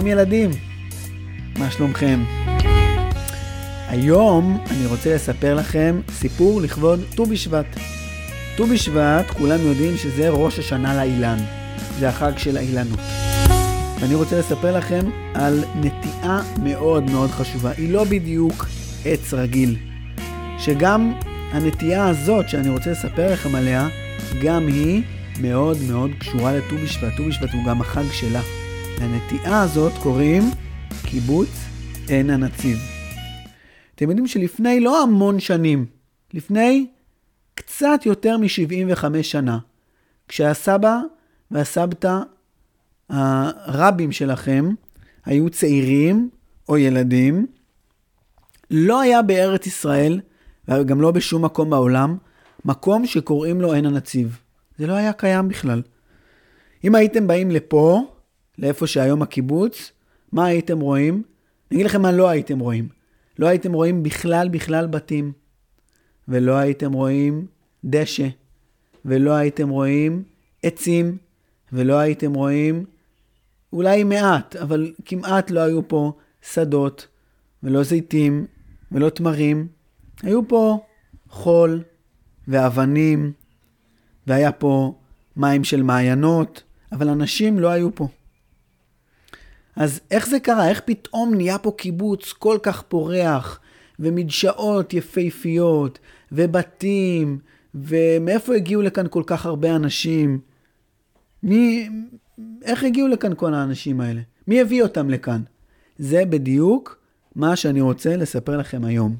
שלום ילדים, מה שלומכם? היום אני רוצה לספר לכם סיפור לכבוד ט"ו בשבט. ט"ו בשבט כולם יודעים שזה ראש השנה לאילן, זה החג של האילנות. ואני רוצה לספר לכם על נטיעה מאוד מאוד חשובה, היא לא בדיוק עץ רגיל, שגם הנטיעה הזאת שאני רוצה לספר לכם עליה, גם היא מאוד מאוד קשורה לט"ו בשבט. ט"ו בשבט הוא גם החג שלה. לנטיעה הזאת קוראים קיבוץ עין הנציב. אתם יודעים שלפני לא המון שנים, לפני קצת יותר מ-75 שנה, כשהסבא והסבתא הרבים שלכם היו צעירים או ילדים, לא היה בארץ ישראל, וגם לא בשום מקום בעולם, מקום שקוראים לו עין הנציב. זה לא היה קיים בכלל. אם הייתם באים לפה, לאיפה שהיום הקיבוץ, מה הייתם רואים? אני אגיד לכם מה לא הייתם רואים. לא הייתם רואים בכלל בתים, ולא הייתם רואים דשא, ולא הייתם רואים עצים, ולא הייתם רואים, אולי מעט, אבל כמעט לא היו פה שדות, ולא זיתים, ולא תמרים. היו פה חול ואבנים, והיה פה מים של מעיינות, אבל אנשים לא היו פה. אז איך זה קרה? איך פתאום נהיה פה קיבוץ כל כך פורח, ומדשאות יפהפיות, ובתים, ומאיפה הגיעו לכאן כל כך הרבה אנשים? איך הגיעו לכאן כל האנשים האלה? מי הביא אותם לכאן? זה בדיוק מה שאני רוצה לספר לכם היום.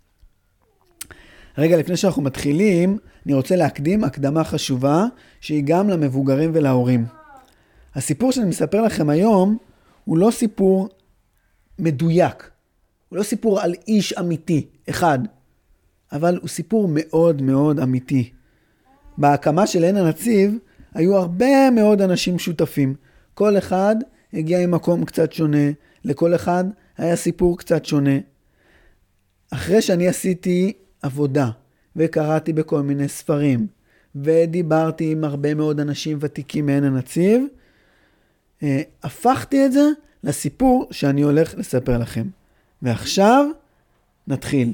רגע, לפני שאנחנו מתחילים, אני רוצה להקדים הקדמה חשובה, שהיא גם למבוגרים ולהורים. הסיפור שאני מספר לכם היום, הוא לא סיפור מדויק. הוא לא סיפור על איש אמיתי, אחד. אבל הוא סיפור מאוד מאוד אמיתי. בהקמה של עין הנציב, היו הרבה מאוד אנשים שותפים. כל אחד הגיע עם מקום קצת שונה. לכל אחד היה סיפור קצת שונה. אחרי שאני עשיתי עבודה, וקראתי בכל מיני ספרים, ודיברתי עם הרבה מאוד אנשים ותיקים מעין הנציב, הפכתי את זה לסיפור שאני הולך לספר לכם. ועכשיו נתחיל.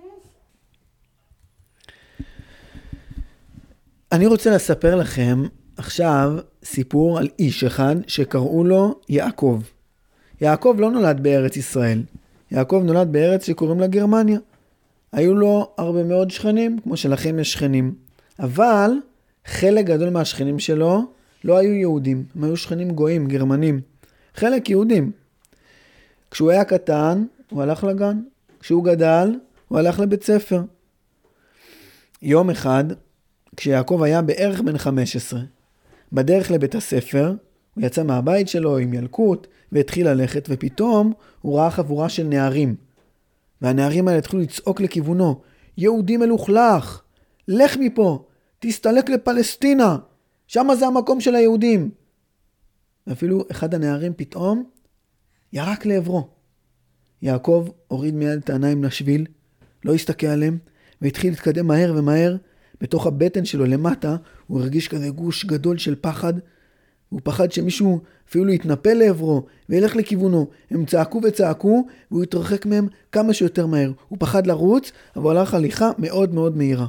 אני רוצה לספר לכם עכשיו סיפור על איש אחד שקראו לו יעקב. יעקב לא נולד בארץ ישראל. יעקב נולד בארץ שקוראים לה גרמניה. היו לו הרבה מאוד שכנים, כמו שלכם יש שכנים. אבל חלק גדול מהשכנים שלו לא היו יהודים. הם היו שכנים גויים, גרמנים. חלק יהודים. כשהוא היה קטן, הוא הלך לגן. כשהוא גדל, הוא הלך לבית ספר. יום אחד, כשיעקב היה בערך בן 15, בדרך לבית הספר, הוא יצא מהבית שלו עם ילקוט, והתחיל ללכת, ופתאום הוא ראה חבורה של נערים. והנערים האלה התחילו לצעוק לכיוונו, יהודי מלוכלך, לך מפה, תסתלק לפלסטינה, שמה זה המקום של היהודים. ואפילו אחד הנערים פתאום ירק לעברו. יעקב הוריד מיד את העיניים לשביל, לא הסתכל עליהם, והתחיל להתקדם מהר ומהר. בתוך הבטן שלו למטה הוא הרגיש כזה גוש גדול של פחד. הוא פחד שמישהו אפילו יתנפל לעברו וילך לכיוונו. הם צעקו וצעקו והוא התרחק מהם כמה שיותר מהר. הוא פחד לרוץ, אבל הוא הלך הליכה מאוד מאוד מהירה.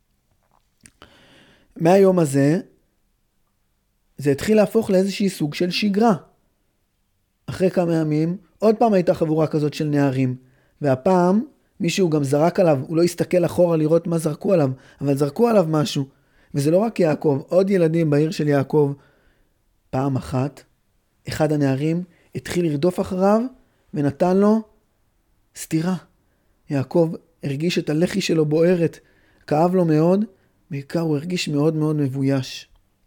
מהיום הזה, זה התחיל להפוך לאיזושהי סוג של שגרה. אחרי כמה ימים, עוד פעם הייתה חבורה כזאת של נערים. והפעם מישהו גם זרק עליו, הוא לא הסתכל אחורה לראות מה זרקו עליו, אבל זרקו עליו משהו. וזה לא רק יעקב, עוד ילדים בעיר של יעקב. פעם אחת, אחד הנערים התחיל לרדוף אחריו ונתן לו סתירה. יעקב הרגיש את הלחי שלו בוערת, כאב לו מאוד, בעיקר הוא הרגיש מאוד מאוד מבויש.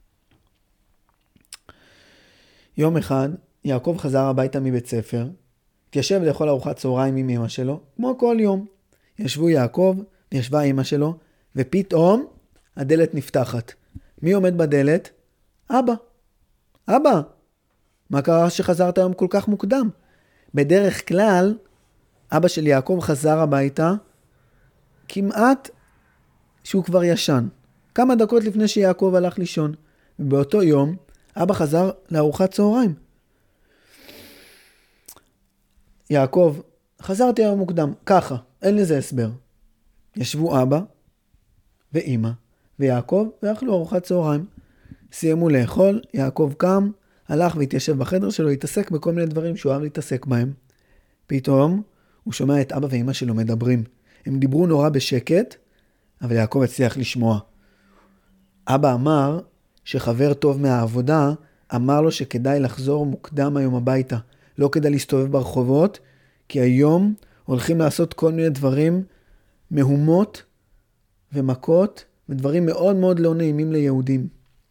יום אחד, יעקב חזר הביתה מבית ספר, התיישב לאכול ארוחת צהריים עם אמא שלו, כמו כל יום. ישבו יעקב, ישבה אמא שלו, ופתאום הדלת נפתחת. מי עומד בדלת? אבא. אבא, מה קרה שחזרת היום כל כך מוקדם? בדרך כלל, אבא של יעקב חזר הביתה, כמעט שהוא כבר ישן. כמה דקות לפני שיעקב הלך לישון. ובאותו יום, אבא חזר לארוחת צהריים. יעקב, חזרתי היום מוקדם, ככה, אין לזה הסבר. ישבו אבא ואמא ויעקב ואכלו ארוחת צהריים. סיימו לאכול, יעקב קם, הלך והתיישב בחדר שלו, התעסק בכל מיני דברים שהוא אוהב להתעסק בהם. פתאום הוא שומע את אבא ואמא שלו מדברים. הם דיברו נורא בשקט, אבל יעקב הצליח לשמוע. אבא אמר שחבר טוב מהעבודה אמר לו שכדאי לחזור מוקדם היום הביתה. לא כדאי להסתובב ברחובות, כי היום הולכים לעשות כל מיני דברים, מהומות ומכות, ודברים מאוד מאוד לא נעימים ליהודים.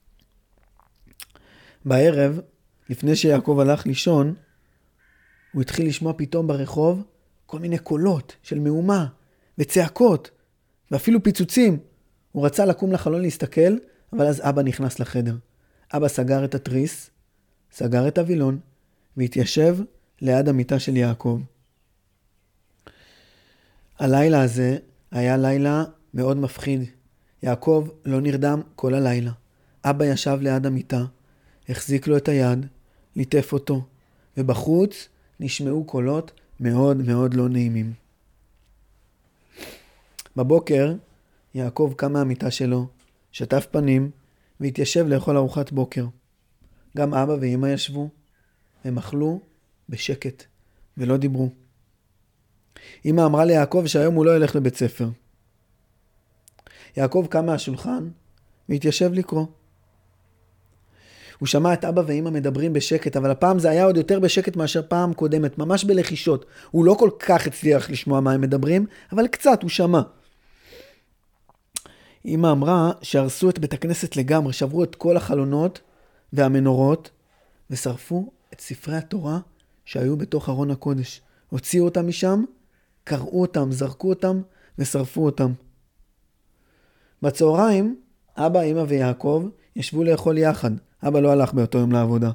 בערב, לפני שיעקב הלך לישון, הוא התחיל לשמוע פתאום ברחוב כל מיני קולות של מהומה וצעקות ואפילו פיצוצים. הוא רצה לקום לחלון להסתכל, אבל אז אבא נכנס לחדר. אבא סגר את התריס, סגר את הווילון והתיישב ליד המיטה של יעקב. הלילה הזה היה לילה מאוד מפחיד. יעקב לא נרדם כל הלילה. אבא ישב ליד המיטה, החזיק לו את היד, ליטף אותו, ובחוץ נשמעו קולות מאוד מאוד לא נעימים. בבוקר יעקב קם מהמיטה שלו, שטף פנים והתיישב לאכול ארוחת בוקר. גם אבא ואמא ישבו, הם אכלו בשקט ולא דיברו. אמא אמרה ליעקב שהיום הוא לא ילך לבית ספר. יעקב קם מהשולחן והתיישב לקרוא. הוא שמע את אבא ואמא מדברים בשקט, אבל הפעם זה היה עוד יותר בשקט מאשר פעם קודמת, ממש בלחישות. הוא לא כל כך הצליח לשמוע מה הם מדברים, אבל קצת הוא שמע. אמא אמרה שהרסו את בית הכנסת לגמרי, שברו את כל החלונות והמנורות, ושרפו את ספרי התורה שהיו בתוך ארון הקודש. הוציאו אותם משם, קראו אותם, זרקו אותם ושרפו אותם. בצהריים, אבא, אמא ויעקב ישבו לאכול יחד. אבא לא הלך באותו יום לעבודה.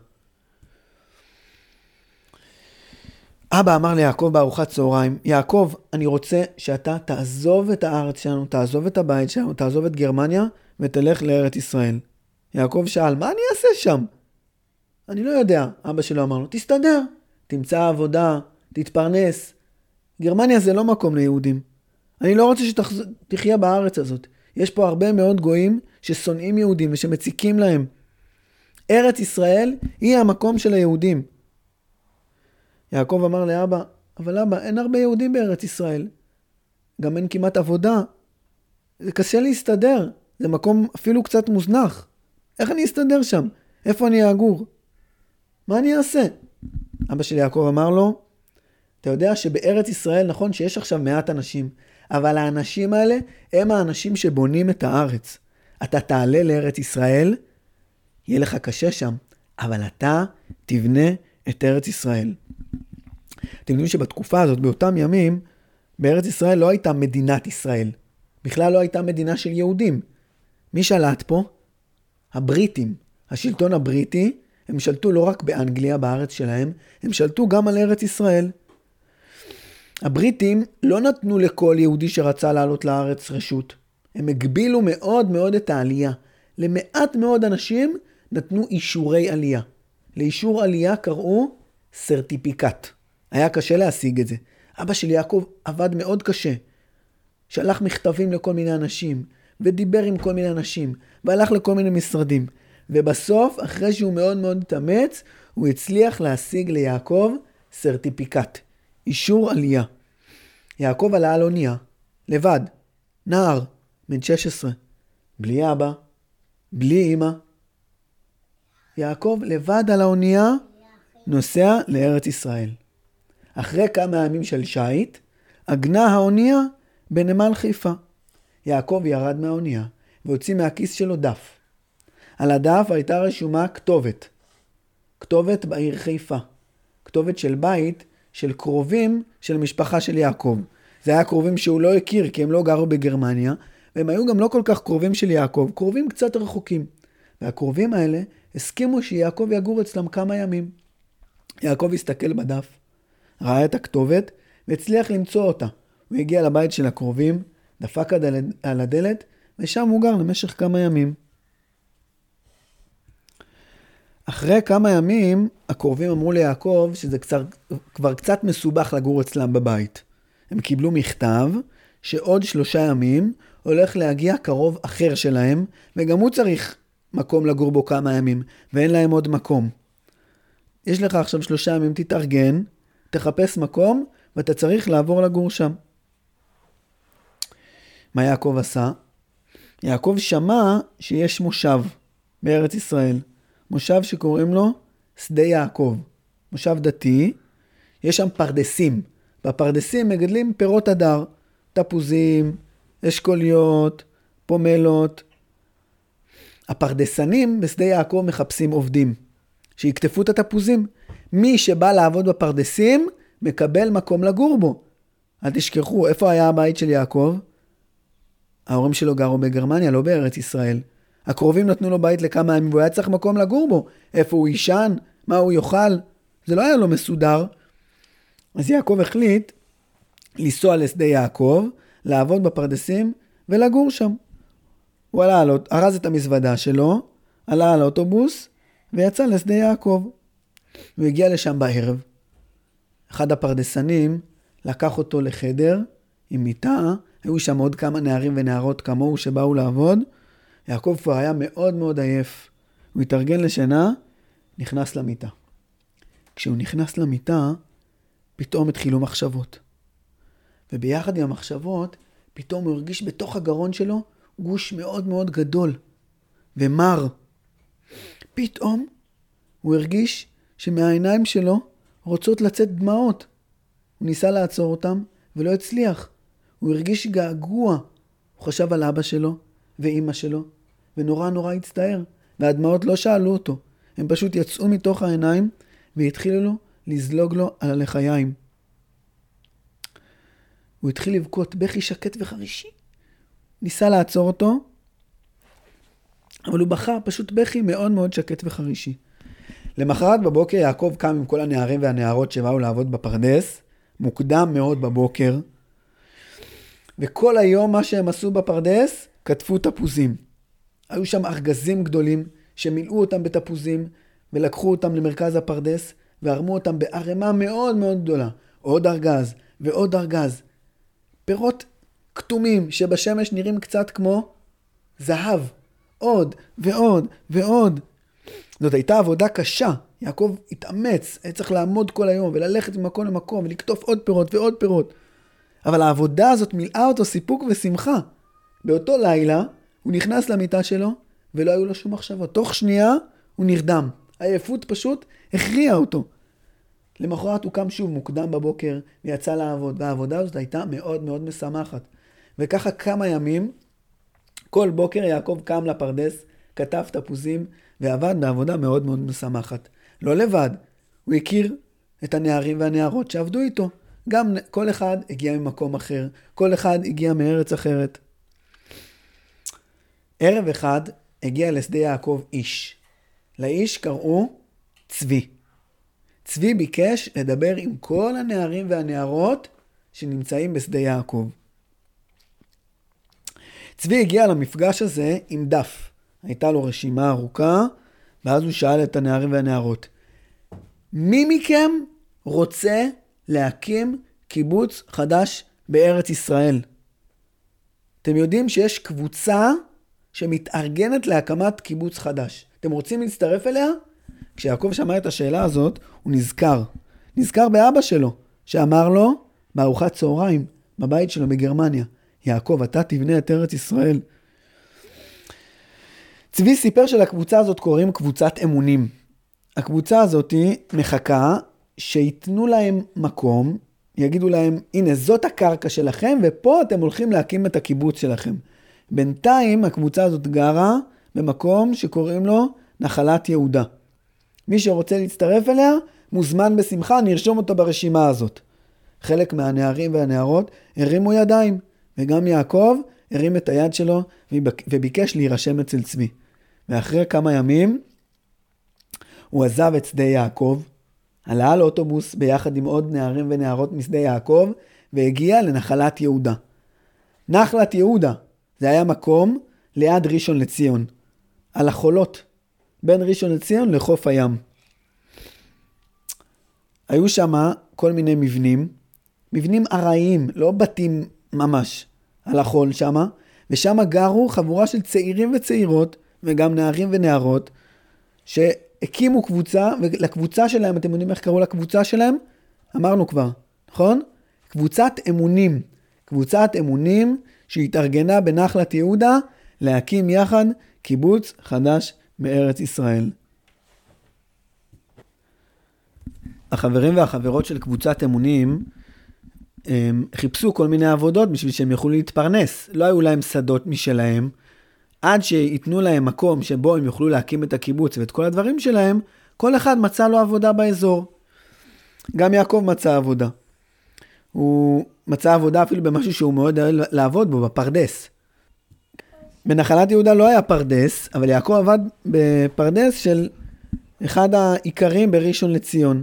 אבא אמר ליעקב בארוחת צהריים, יעקב, אני רוצה שאתה תעזוב את הארץ שלנו, תעזוב את הבית שלנו, תעזוב את גרמניה ותלך לארץ ישראל. יעקב שאל, מה אני אעשה שם? אני לא יודע. אבא שלו אמר לו, תסתדר, תמצא עבודה, תתפרנס. גרמניה זה לא מקום ליהודים. אני לא רוצה שתחיה בארץ הזאת. יש פה הרבה מאוד גויים ששונאים יהודים ושמציקים להם. ארץ ישראל היא המקום של היהודים. יעקב אמר לאבא, אבל אבא, אין הרבה יהודים בארץ ישראל. גם אין כמעט עבודה. זה קשה להסתדר. זה מקום אפילו קצת מוזנח. איך אני אסתדר שם? איפה אני אגור? מה אני אעשה? אבא של יעקב אמר לו, אתה יודע שבארץ ישראל נכון שיש עכשיו מעט אנשים, אבל האנשים האלה הם האנשים שבונים את הארץ. אתה תעלה לארץ ישראל, יהיה לך קשה שם, אבל אתה תבנה את ארץ ישראל. אתם יודעים שבתקופה הזאת, באותם ימים, בארץ ישראל לא הייתה מדינת ישראל. בכלל לא הייתה מדינה של יהודים. מי שלט פה? הבריטים. השלטון הבריטי, הם שלטו לא רק באנגליה, בארץ שלהם, הם שלטו גם על ארץ ישראל. הבריטים לא נתנו לכל יהודי שרצה לעלות לארץ רשות. הם הגבילו מאוד מאוד את העלייה. למעט מאוד אנשים נתנו אישורי עלייה. לאישור עלייה קראו סרטיפיקט. היה קשה להשיג את זה. אבא של יעקב עבד מאוד קשה. שלח מכתבים לכל מיני אנשים, ודיבר עם כל מיני אנשים, והלך לכל מיני משרדים. ובסוף, אחרי שהוא מאוד מאוד התאמץ, הוא הצליח להשיג ליעקב סרטיפיקט. אישור עלייה. יעקב עלה על אונייה, לבד, נער, בן 16, בלי אבא, בלי אמא. יעקב לבד על האונייה, נוסע לארץ ישראל. אחרי כמה ימים של שייט, עגנה האונייה בנמל חיפה. יעקב ירד מהאונייה, והוציא מהכיס שלו דף. על הדף הייתה רשומה כתובת. כתובת בעיר חיפה. כתובת של בית של קרובים של משפחה של יעקב. זה היה קרובים שהוא לא הכיר, כי הם לא גרו בגרמניה, והם היו גם לא כל כך קרובים של יעקב, קרובים קצת רחוקים. והקרובים האלה הסכימו שיעקב יגור אצלם כמה ימים. יעקב הסתכל בדף, ראה את הכתובת, והצליח למצוא אותה. הוא הגיע לבית של הקרובים, דפק על הדלת, ושם הוא גר למשך כמה ימים. אחרי כמה ימים, הקרובים אמרו ליעקב שזה כבר קצת מסובך לגור אצלם בבית. הם קיבלו מכתב שעוד 3 ימים הולך להגיע קרוב אחר שלהם, וגם הוא צריך מקום לגור בו כמה ימים, ואין להם עוד מקום. יש לך עכשיו 3 ימים, תתארגן, תחפש מקום, ואתה צריך לעבור לגור שם. מה יעקב עשה? יעקב שמע שיש מושב בארץ ישראל. מושב שקוראים לו שדה יעקב. מושב דתי. יש שם פרדסים. בפרדסים מגדלים פירות הדר. תפוזים, אשכוליות, פומלות. הפרדסנים בשדה יעקב מחפשים עובדים. שיקטפו את התפוזים. מי שבא לעבוד בפרדסים מקבל מקום לגור בו. אל תשכחו, איפה היה הבית של יעקב? ההורים שלו גרו בגרמניה, לא בארץ ישראל. הקרובים נתנו לו בית לכמה ימים, והוא היה צריך מקום לגור בו. איפה הוא יישן? מה הוא יאכל? זה לא היה לו מסודר. אז יעקב החליט לנסוע לשדה יעקב, לעבוד בפרדסים ולגור שם. הוא ארז את המזוודה שלו, עלה על האוטובוס ויצא לשדה יעקב. הוא הגיע לשם בערב. אחד הפרדסנים לקח אותו לחדר עם מיטה, היו שם עוד כמה נערים ונערות כמוהו שבאו לעבוד. יעקב כבר היה מאוד מאוד עייף. הוא התארגן לשינה, נכנס למיטה. כשהוא נכנס למיטה, פתאום התחילו מחשבות. וביחד עם המחשבות, פתאום הוא הרגיש בתוך הגרון שלו גוש מאוד מאוד גדול ומר. פתאום הוא הרגיש שמהעיניים שלו רוצות לצאת דמעות. הוא ניסה לעצור אותם ולא הצליח. הוא הרגיש געגוע. הוא חשב על אבא שלו ואמא שלו, ונורא נורא הצטער. והדמעות לא שאלו אותו. הם פשוט יצאו מתוך העיניים והתחילו לו לזלוג לו על הלחיים. הוא התחיל לבכות בכי שקט וחרישי. ניסה לעצור אותו, אבל הוא בכה פשוט בכי מאוד מאוד שקט וחרישי. למחרת בבוקר יעקב קם עם כל הנערים והנערות שבאו לעבוד בפרדס, מוקדם מאוד בבוקר, וכל היום מה שהם עשו בפרדס, כתפו תפוזים. היו שם ארגזים גדולים שמילאו אותם בתפוזים, ולקחו אותם למרכז הפרדס, והרמו אותם בערימה מאוד מאוד גדולה. עוד ארגז ועוד ארגז. פירות כתומים שבשמש נראים קצת כמו זהב. עוד ועוד ועוד. זאת הייתה עבודה קשה. יעקב התאמץ, היה צריך לעמוד כל היום וללכת ממקום למקום ולקטוף עוד פירות ועוד פירות. אבל העבודה הזאת מילאה אותו סיפוק ושמחה. באותו לילה הוא נכנס למיטה שלו ולא היו לו שום מחשבות. תוך שנייה הוא נרדם. העייפות פשוט הכריעה אותו. למחרת הוא קם שוב מוקדם בבוקר ויצא לעבוד. והעבודה הזאת הייתה מאוד מאוד משמחת. וככה כמה ימים, כל בוקר יעקב קם לפרדס, כתב תפוזים ועבד בעבודה מאוד מאוד משמחת. לא לבד, הוא הכיר את הנערים והנערות שעבדו איתו. גם כל אחד הגיע ממקום אחר, כל אחד הגיע מארץ אחרת. ערב אחד הגיע לשדה יעקב איש. לאיש קראו צבי. צבי ביקש לדבר עם כל הנערים והנערות שנמצאים בשדה יעקב. צבי הגיע למפגש הזה עם דף. הייתה לו רשימה ארוכה, ואז הוא שאל את הנערים והנערות, מי מכם רוצה להקים קיבוץ חדש בארץ ישראל? אתם יודעים שיש קבוצה שמתארגנת להקמת קיבוץ חדש. אתם רוצים להצטרף אליה? כשיעקב שמע את השאלה הזאת, הוא נזכר באבא שלו, שאמר לו בארוחת צהריים, בבית שלו בגרמניה, יעקב, אתה תבנה את ארץ ישראל. צבי סיפר שלקבוצה הזאת קוראים קבוצת אמונים. הקבוצה הזאת מחכה שיתנו להם מקום, יגידו להם, הנה זאת הקרקע שלכם, ופה אתם הולכים להקים את הקיבוץ שלכם. בינתיים הקבוצה הזאת גרה במקום שקוראים לו נחלת יהודה. מי שרוצה להצטרף אליה, מוזמן בשמחה, נרשום אותו ברשימה הזאת. חלק מהנערים והנערות הרימו ידיים, וגם יעקב הרים את היד שלו וביקש להירשם אצל צבי. ואחרי כמה ימים הוא עזב את שדה יעקב, עלה על אוטובוס ביחד עם עוד נערים ונערות משדה יעקב, והגיע לנחלת יהודה. נחלת יהודה, זה היה מקום ליד ראשון לציון, על החולות. בין ראשון לציון לחוף הים. היו שם כל מיני מבנים ארעיים, לא בתים ממש, על החול שם, ושם גרו חבורה של צעירים וצעירות, וגם נערים ונערות, שהקימו קבוצה, ולקבוצה שלהם, אתם יודעים איך קראו לקבוצה שלהם? אמרנו כבר, נכון? קבוצת אמונים. קבוצת אמונים שהתארגנה בנחלת יהודה להקים יחד קיבוץ חדש בארץ ישראל. החברים והחברות של קבוצת אמונים חיפשו כל מיני עבודות בשביל שהם יוכלו להתפרנס. לא היו להם שדות משלהם. עד שיתנו להם מקום שבו הם יוכלו להקים את הקיבוץ ואת כל הדברים שלהם, כל אחד מצא לו עבודה באזור. גם יעקב מצא עבודה. הוא מצא עבודה אפילו במשהו שהוא מאוד אוהב לעבוד בו, בפרדס. בנחלת יהודה לא היה פרדס, אבל יעקב עבד בפרדס של אחד העיקרים בראשון לציון.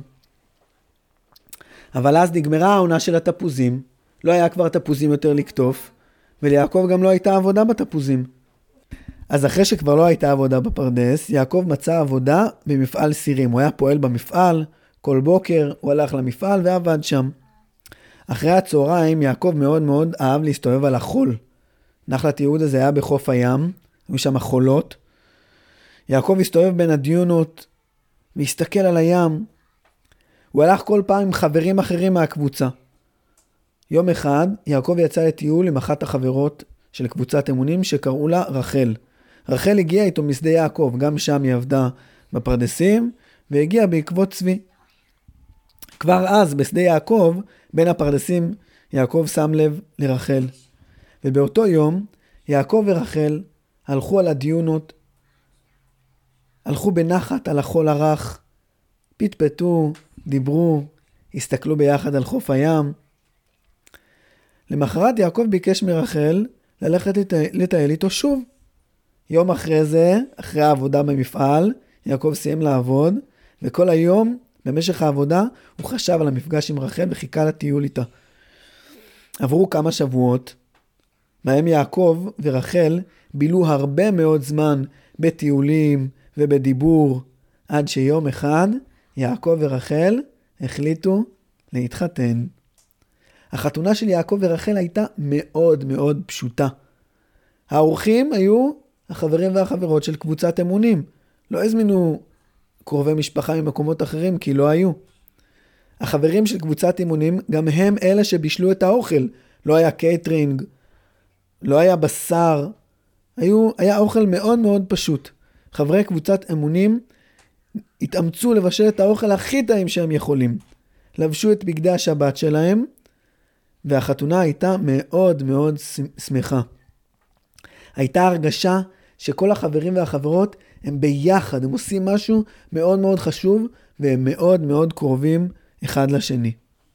אבל אז נגמרה העונה של התפוזים, לא היה כבר תפוזים יותר לקטוף, וליעקב גם לא הייתה עבודה בתפוזים. אז אחרי שכבר לא הייתה עבודה בפרדס, יעקב מצא עבודה במפעל סירים. הוא היה פועל במפעל, כל בוקר הוא הלך למפעל ועבד שם. אחרי הצהריים יעקב מאוד מאוד אהב להסתובב על החול. נחלת יהודה זה היה בחוף הים, היו שם חולות. יעקב הסתובב בין הדיונות, והסתכל על הים. הוא הלך כל פעם עם חברים אחרים מהקבוצה. יום אחד יעקב יצא לטיול עם אחת החברות של קבוצת אמונים שקראו לה רחל. רחל הגיעה איתו משדה יעקב, גם שם היא עבדה בפרדסים, והגיעה בעקבות צבי. כבר אז בשדה יעקב, בין הפרדסים, יעקב שם לב לרחל. ובאותו יום, יעקב ורחל הלכו על הדיונות, הלכו בנחת על החול הרך, פטפטו, דיברו, הסתכלו ביחד על חוף הים. למחרת יעקב ביקש מרחל ללכת לטייל איתו שוב. יום אחרי זה, אחרי העבודה במפעל, יעקב סיים לעבוד, וכל היום, במשך העבודה, הוא חשב על המפגש עם רחל וחיכה לטיול איתה. עברו כמה שבועות, בהם יעקב ורחל בילו הרבה מאוד זמן בטיולים ובדיבור, עד שיום אחד יעקב ורחל החליטו להתחתן. החתונה של יעקב ורחל הייתה מאוד מאוד פשוטה. האורחים היו החברים והחברות של קבוצת אמונים. לא הזמינו קרובי משפחה ממקומות אחרים כי לא היו. החברים של קבוצת אמונים גם הם אלה שבישלו את האוכל. לא היה קייטרינג, לא היה בשר. היה אוכל מאוד מאוד פשוט. חברי קבוצת אמונים התאמצו לבשל את האוכל הכי טעים שהם יכולים. לבשו את בגדי השבת שלהם, והחתונה הייתה מאוד מאוד שמחה. הייתה הרגשה שכל החברים והחברות הם ביחד, הם עושים משהו מאוד מאוד חשוב, והם מאוד מאוד קרובים אחד לשני.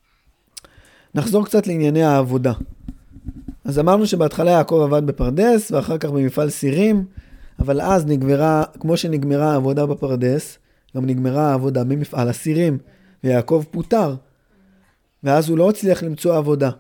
נחזור קצת לענייני העבודה. אז אמרנו שבהתחלה יעקב עבד בפרדס, ואחר כך במפעל סירים, אבל אז כמו שנגמרה העבודה בפרדס, גם נגמרה העבודה במפעל הסירים, ויעקב פוטר, ואז הוא לא הצליח למצוא עבודה.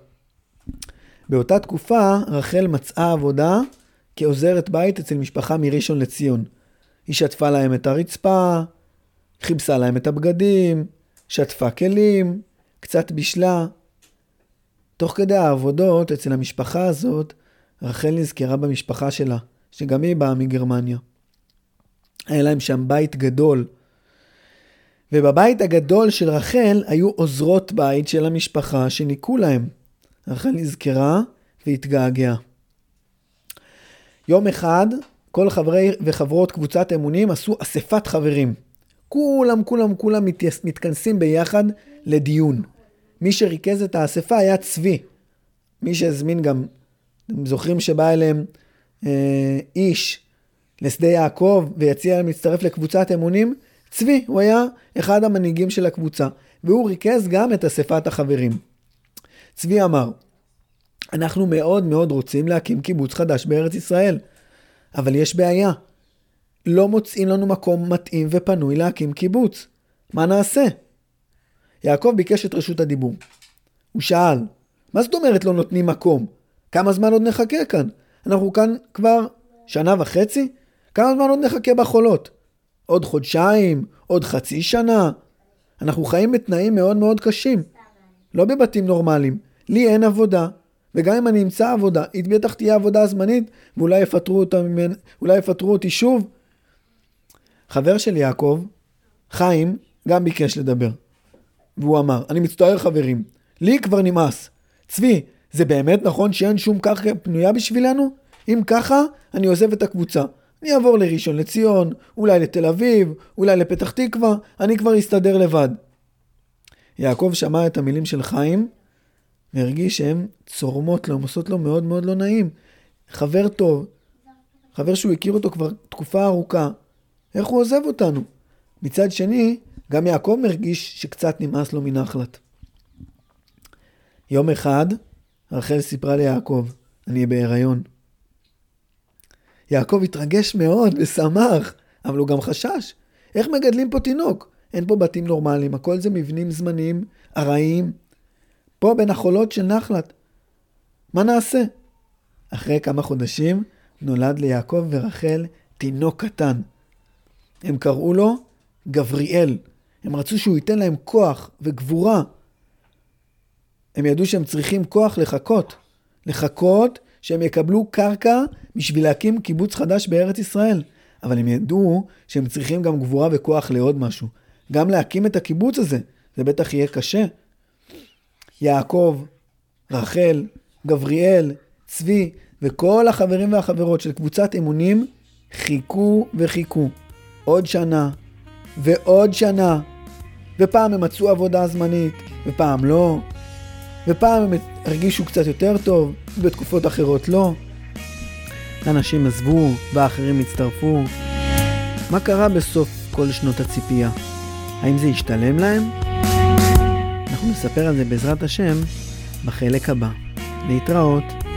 באותה תקופה רחל מצאה עבודה כעוזרת בית אצל משפחה מראשון לציון. היא שטפה להם את הרצפה, חיבסה להם את הבגדים, שטפה כלים, קצת בישלה. תוך כדי העבודות אצל המשפחה הזאת, רחל נזכרה במשפחה שלה, שגם היא באה מגרמניה. היה להם שם בית גדול, ובבית הגדול של רחל היו עוזרות בית של המשפחה שניקו להם. רחל נזכרה והתגעגעה. יום אחד כל חברי וחברות קבוצת אמונים עשו אספת חברים. כולם מתכנסים ביחד לדיון. מי שריכז את האספה היה צבי. מי שהזמין גם, אתם זוכרים שבא אליהם איש לשדה יעקב ויציע להם להצטרף לקבוצת אמונים? צבי, הוא היה אחד המנהיגים של הקבוצה, והוא ריכז גם את אספת החברים. צבי אמר, אנחנו מאוד מאוד רוצים להקים קיבוץ חדש בארץ ישראל, אבל יש בעיה. לא מוצאים לנו מקום מתאים ופנוי להקים קיבוץ. מה נעשה? יעקב ביקש את רשות הדיבור. הוא שאל, מה זאת אומרת לא נותנים מקום? כמה זמן עוד נחכה כאן? אנחנו כאן כבר 1.5 שנה? כמה זמן עוד נחכה בחולות? עוד חודשיים, עוד חצי שנה. אנחנו חיים בתנאים מאוד מאוד קשים. לא בבתים נורמליים. לי אין עבודה. וגם אם אני אמצא עבודה, היא בטח תהיה עבודה זמנית, ואולי יפטרו אותי שוב. חבר של יעקב, חיים, גם ביקש לדבר. והוא אמר, אני מצטער חברים, לי כבר נמאס. צבי, זה באמת נכון שאין שום קרקע פנויה בשבילנו? אם ככה, אני עוזב את הקבוצה. אני אעבור לראשון לציון, אולי לתל אביב, אולי לפתח תקווה, אני כבר אסתדר לבד. יעקב שמע את המילים של חיים, והרגיש שהן צורמות לו, הן עושות לו מאוד מאוד לא נעים. חבר טוב, חבר שהוא הכיר אותו כבר תקופה ארוכה, איך הוא עוזב אותנו? מצד שני, גם יעקב מרגיש שקצת נמאס לו מנחלת. יום אחד, רחל סיפרה ליעקב, אני בהיריון. יעקב התרגש מאוד ושמח, אבל הוא גם חשש. איך מגדלים פה תינוק? אין פה בתים נורמליים, הכל זה מבנים זמניים, ארעיים. פה בין החולות של נחלת. מה נעשה? אחרי כמה חודשים נולד ליעקב ורחל תינוק קטן. הם קראו לו גבריאל. הם רצו שהוא ייתן להם כוח וגבורה. הם ידעו שהם צריכים כוח לחכות שהם יקבלו קרקע בשביל להקים קיבוץ חדש בארץ ישראל. אבל הם ידעו שהם צריכים גם גבורה וכוח לעוד משהו. גם להקים את הקיבוץ הזה, זה בטח יהיה קשה. יעקב, רחל, גבריאל, צבי וכל החברים והחברות של קבוצת אמונים חיכו וחיכו. עוד שנה ועוד שנה. ופעם הם מצאו עבודה זמנית ופעם לא. ופעם הם הרגישו קצת יותר טוב ובתקופות אחרות לא. אנשים עזבו ואחרים הצטרפו. מה קרה בסוף כל שנות הציפייה? האם זה ישתלם להם? אנחנו נספר על זה בעזרת השם בחלק הבא. להתראות.